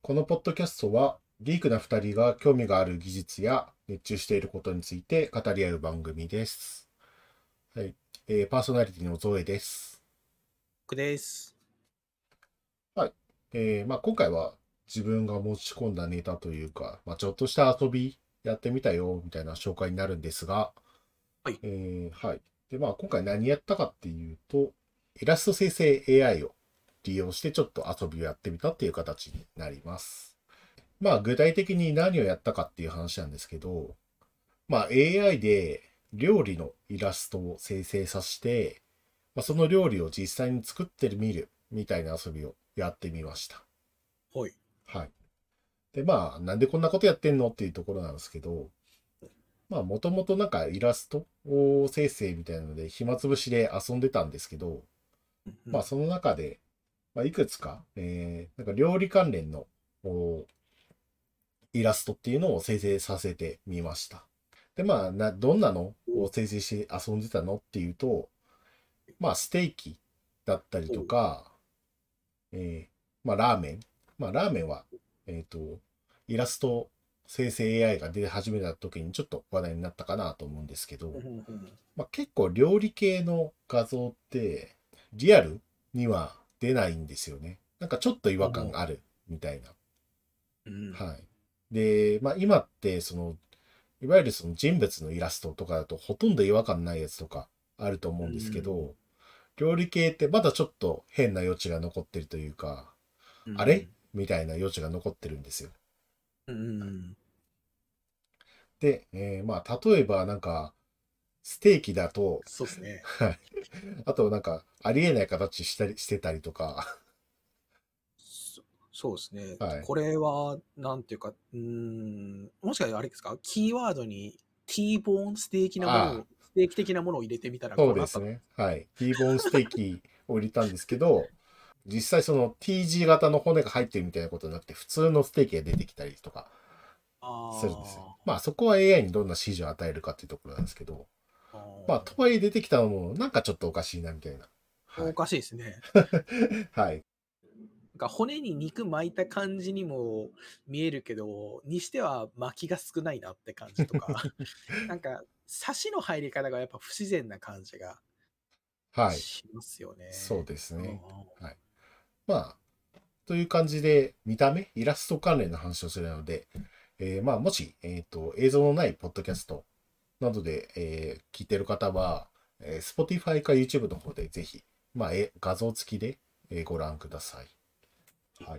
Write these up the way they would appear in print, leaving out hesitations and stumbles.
このポッドキャストは、ギークな2人が興味がある技術や熱中していることについて語り合う番組です。はい。パーソナリティのゾエです。 です。 はい。今回は自分が持ち込んだネタというか、ちょっとした遊びやってみたよ、みたいな紹介になるんですが、 はい。 はい。で、今回何やったかっていうと、イラスト生成 AI を利用してちょっと遊びをやってみたっていう形になります。具体的に何をやったかっていう話なんですけど、AI で料理のイラストを生成させて、その料理を実際に作ってみるみたいな遊びをやってみました。 はい。 はい。で、なんでこんなことやってんのっていうところなんですけど、もともとなんかイラストを生成みたいなので暇つぶしで遊んでたんですけど、 うん。 その中で、いくつか、なんか料理関連のイラストっていうのを生成させてみました。で、どんなのを生成して遊んでたのっていうと、ステーキだったりとか、ラーメン。ラーメンは、イラスト生成 AI が出始めた時にちょっと話題になったかなと思うんですけど、結構料理系の画像ってリアルには出ないんですよね。なんかちょっと違和感あるみたいな。 うん。 はい。で、今っていわゆるその人物のイラストとかだとほとんど違和感ないやつとかあると思ううんですけん。 ど、料理系ってまだちょっと変な余地が残ってるというか、あれうん。 みたいな余地が残ってるんですよ。 うん。 で、例えばなんか、ステーキだと、 そうですね。 はい。あとなんか、ありえない形してたりとか、 そそうですね。 はい。 これは、なんていうか、もしかしたらあれですか、キーワードに T ボーンああ、 ステーキ的なものを入れてみたらそうこうなったと。 ですね。はい。T ボーンステーキを入れたんですけど、実際その T 字型の骨が入ってるみたいなことじゃなくて、普通のステーキが出てきたりとかするんですよ。 あそこは AI にどんな指示を与えるかっていうところなんですけど、 あ。 とはいえ出てきたのも、なんかちょっとおかしいなみたいな。はい。 おかしいですね。 はい。 なんか骨に肉巻いた感じにも見えるけど、にしては巻きが少ないなって感じとか、なんか、サシの入り方がやっぱ不自然な感じがはい。 しますよそうね。 ですね。 うんうん。 はい。まあ、という感じで、見た目、イラスト関連の話をするので、もし、映像のないポッドキャストなどで、聞いてる方は、Spotify か YouTube の方でぜひ、画像付きで、ご覧ください。はい。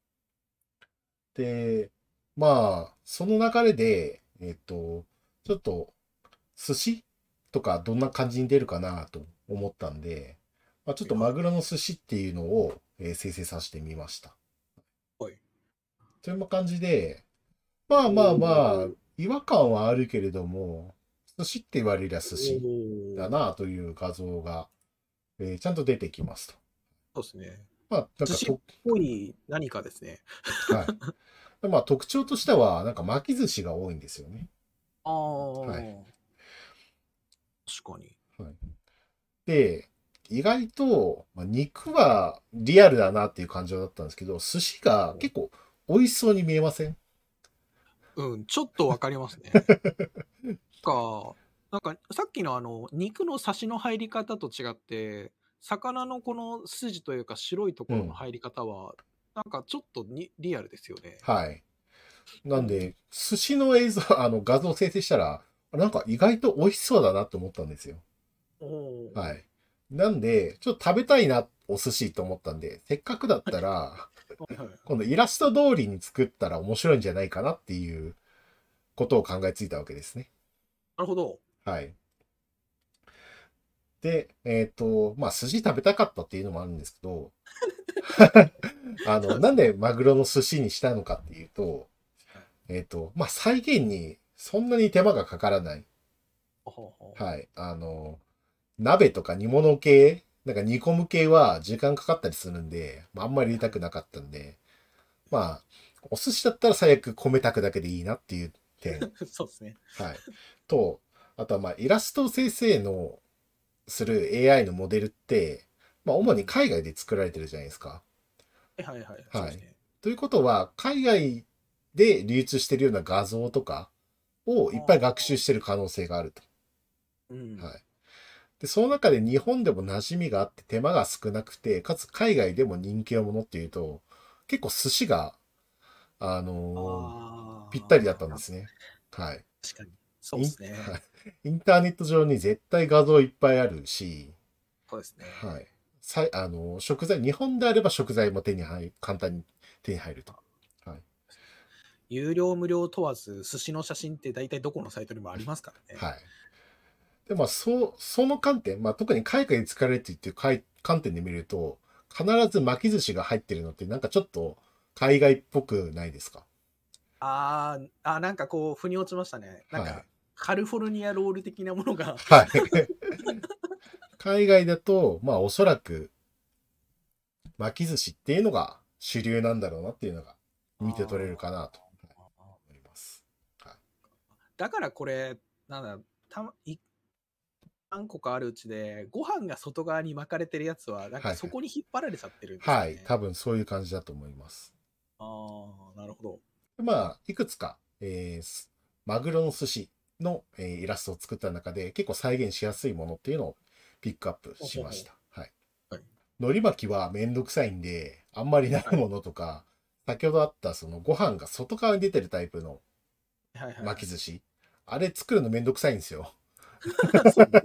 で、その流れで、ちょっと、寿司とかどんな感じに出るかなと思ったんで、ちょっとマはいはい。 グロの寿司っていうのを、生成させてみました。 はい。 という感じで、 おー。 違和感はあるけれども、寿司って言われりゃ寿司だおー。 なという画像が、ちゃんと出てきますと。 そうですね。 なん寿司っかと、 ぽい何かですね。 はい。特徴としては、なんか巻き寿司が多いんですよね。 あはい。 あ、確かに。 はい。で、意外と、肉はリアルだなっていう感情だったんですけど、寿司が結構美味しそうに見えません？ うん、ちょっとわかりますね。か、なんかさっきの肉のサシの入り方と違って、魚のこの筋というか白いとうん。 ころの入り方は、なんかちょっとリアルですよね。 はい。なうん。 んで、寿司の映像、画像生成したら、なんか意外と美味しそうだなって思ったんですよ。 おお。 はい。なんで、ちょっと食べたいな、お寿司と思ったんで、せっかくだったら、 はいはいはい。 今度イラスト通りに作ったら面白いんじゃないかなっていうことを考えついたわけですね。 なるほど。 はい。で、寿司食べたかったっていうのもあるんですけど、なんそうですね。 でマグロの寿司にしたのかっていうと、 はい。 再現にそんなに手間がかからない。 ほほほ。 はい。鍋とか煮物系、なんか煮込む系は時間かかったりするんで、あんまり入れたくなかったんで、まあ、お寿司だったら最悪米炊くだけでいいなっていう点。 そうですね。 はい。と、あとはイラスト生成のする AI のモデルって、主にうん。 海外で作られてるじゃないですか。 はいはいはい。そうはい。 ですね。 ということは、海外で流通しているような画像とかをいっぱい学習している可能性があると。 うん。 はい。で、その中で日本でも馴染みがあって手間が少なくて、かつ海外でも人気のものっていうと、結構寿司が、あのーぴったりだったんですね。はい。 確かに。そうですはね。 い。インターネット上に絶対画像いっぱいあるし、 そうですね。 はい。食材、日本であれば食材も簡単に手に入ると。はい。 有料無料問わず、寿司の写真って大体どこのサイトにもありますからね。 はい。で、その観点、特に海外で使われているっていう観点で見ると、必ず巻き寿司が入ってるのってなんかちょっと海外っぽくないですか？ なんかこう、腑に落ちましたね。なんか、 はい。 カリフォルニアロール的なものがはい。海外だと、おそらく巻き寿司っていうのが主流なんだろうなっていうのが見て取れるかなと思います。はい。 だからこれ、なんだ、何個かあるうちで、ご飯が外側に巻かれてるやつは、なんかはい。 そこに引っ張られちゃってるんですはい。 かね。 多分そういう感じだと思います。 なるほど。 いくつか、マグロの寿司の、イラストを作った中で結構再現しやすいものっていうのをピックアップほうほうほう。 しました。はい。 はい。 海苔巻きはめんどくさいんで、あんまりないはい。 ものとか、先ほどあったそのご飯が外側に出てるタイプのはいはいはい。 巻き寿司。あれ作るのめんどくさいんですよ。 そうね。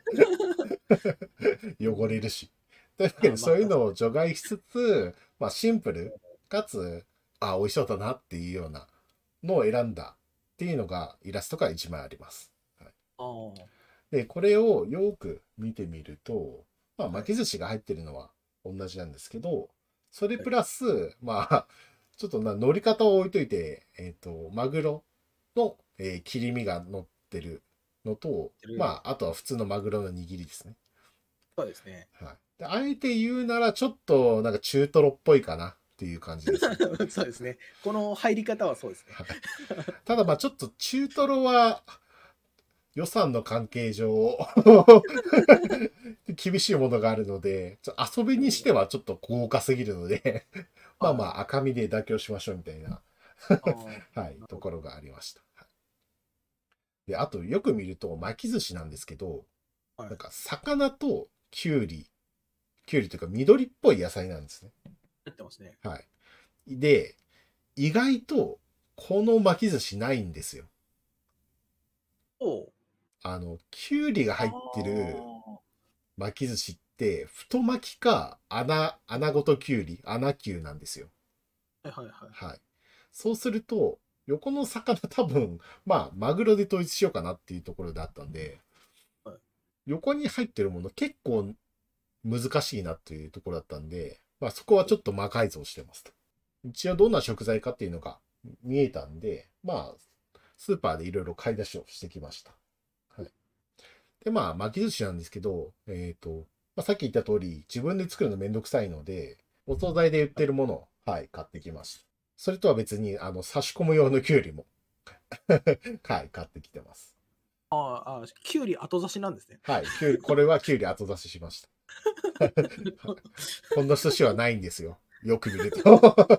汚れるし。というわけで、 まあそういうのを確かに。 除外しつつ、シンプル、かつ、美味しそうだなっていうようなのを選んだっていうのがイラストが1枚あります。はい、 ああ、 で、これをよく見てみると、 はい。 巻き寿司が入ってるのは同じなんですけど、それはい。 プラス、ちょっと乗り方を置いといて、マグロの、切り身が乗ってるのと、あとは普通のマグロの握りですね。 そうですね。 はい。で、あえて言うなら、ちょっとなんか中トロっぽいかなっていう感じですね。 そうですね。この入り方はそうですね。 はい。ただちょっと中トロは予算の関係上厳しいものがあるので、遊びにしてはちょっと高価すぎるのではい。 赤身で妥協しましょうみたいなああ、 はい、 なるほど。 ところがありました。で、あとよく見ると巻き寿司なんですけど、 はい。 なんか魚ときゅうりというか緑っぽい野菜なんですね。 入ってますね。 はい。で、意外とこの巻き寿司ないんですよ。 おう。 きゅうりがあ入ってるあ、 巻き寿司って、太巻きか穴ごときゅうり、穴きゅうなんですよ。 はいはいはい。 はい。そうすると、横の魚多分、マグロで統一しようかなっていうところであったんで、 はい。 横に入ってるもの結構難しいなっていうところだったんで、そこはちょっと魔改造してますと。一応どんな食材かっていうのが見えたんで、スーパーでいろいろ買い出しをしてきました。はい。で、巻き寿司なんですけど、さっき言った通り、自分で作るのめんどくさいので、お惣菜で売ってるものを、はい、買ってきました。それとは別に、差し込む用のきゅうりもはい、買ってきてます。 きゅうり後差しなんですね。 はい、これはきゅうり後出ししました。こんな寿司はないんですよ。よく見ると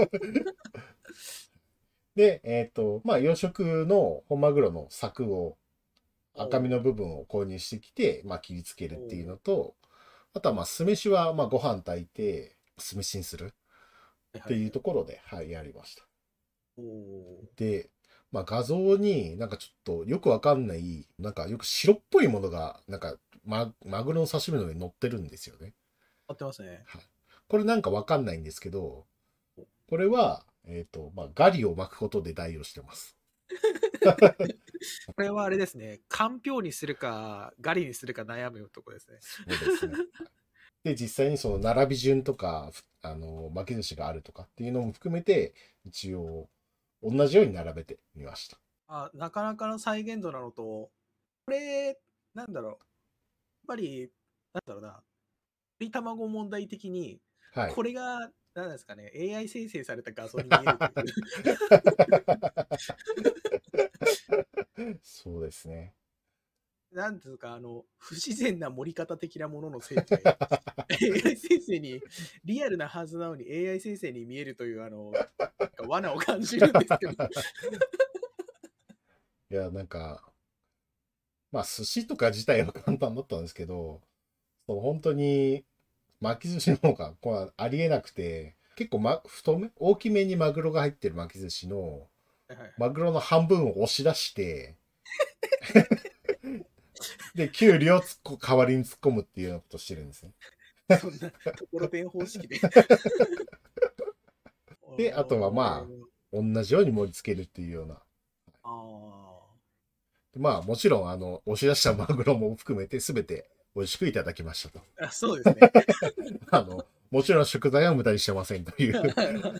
で、養殖の本マグロの柵を、赤身おう。 の部分を購入してきて、切り付けるっていうおう。 のと、あとは酢飯はご飯炊いて酢飯にするっていうはいはいはい。 ところで、はい、やりました。 おお。 で、画像になんかちょっとよくわかんない、なんかよく白っぽいものが、なんかマグロの刺身の上に乗ってるんですよね。 合ってますね。 はい。これなんかわかんないんですけど、これは、ガリを巻くことで代用してます。 これはあれですね。かんぴょうにするか、ガリにするか悩むとこですね。 そうですね。で、実際にその並び順とか、巻き寿司があるとかっていうのも含めて、一応、同じように並べてみました。 なかなかの再現度なのと、これ、なんだろう。やっぱり、なんだろうな。り卵問題的に、 はい。 これが、なんですかね、AI 生成された画像に見えるという。 そうですね。 なんていうか、不自然な盛り方的なもののせいで、AI 生成に、リアルなはずなのに AI 生成に見えるという、なんか罠を感じるんですけど。 いや、なんか、まあ、寿司とか自体は簡単だったんですけど、そう本当に巻き寿司の方がこうありえなくて、結構、太め、大きめにマグロが入ってる巻き寿司の、 はいはいはい。 マグロの半分を押し出して、で、キュウリを代わりに突っ込むっていうようなことをしてるんですね。 そんな、ところてん方式で。 で、あとはまあ、同じように盛り付けるっていうような。 ああ。 まあ、もちろん、押し出したマグロも含めて全て美味しくいただきましたと。 あ、そうですね。 もちろん食材は無駄にしてませんという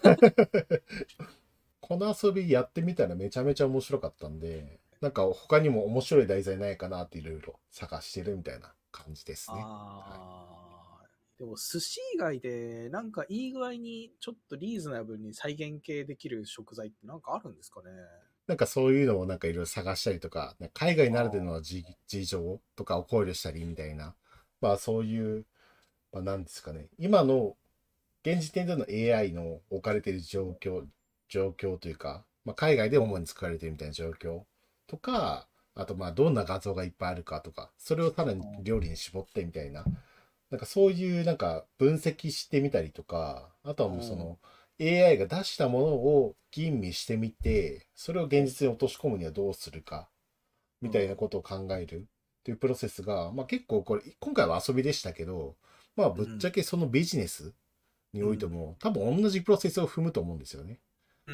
この遊びやってみたらめちゃめちゃ面白かったんで、なんか他にも面白い題材ないかなっていろいろ探してるみたいな感じですね。はい、 ああ。でも、寿司以外で、なんかいい具合に、ちょっとリーズナブルに再現系できる食材ってなんかあるんですかね。 なんかそういうのをなんかいろいろ探したりとか、なんか海外ならではあの事情とかを考慮したりみたいな、まあそういう、まあなんですかね、今の現時点での AI の置かれている状況というか、まあ、海外で主に使われているみたいな状況とか、あとまあどんな画像がいっぱいあるかとか、それをさらに料理に絞ってみたいな、なんかそういうなんか分析してみたりとか、あとはあ。うん。 もうその AI が出したものを吟味してみて、それを現実に落とし込むにはどうするか、みたいなうん。 ことを考えるっていうプロセスが、まあ結構これ、今回は遊びでしたけど、まあぶっちうん。 ゃけそのビジネスにうん。 おいても、多分同じプロセスを踏むと思うんですよね。 うん。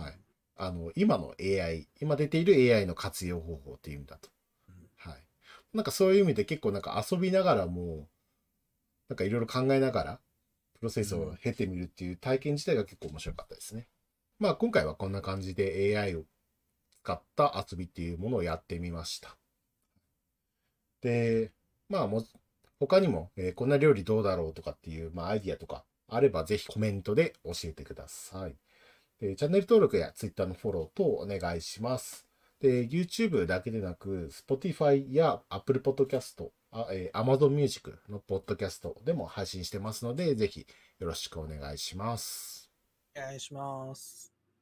はい。今の AI、今出ている AI の活用方法っていう意味だと。はい。なんかそういう意味で結構なんか遊びながらも、なんかいろいろ考えながら、プロセスをうん。 経てみるっていう体験自体が結構面白かったですね。まあ今回はこんな感じで AI を使った遊びっていうものをやってみました。で、まあ他にも、こんな料理どうだろうとかっていう、まあ、アイディアとかあればぜひコメントで教えてください。で、チャンネル登録や Twitter のフォローとお願いします。で、YouTube だけでなく、Spotify や Apple Podcast、Amazon Music のポッドキャストでも配信してますので、ぜひよろしくお願いします。 お願いします。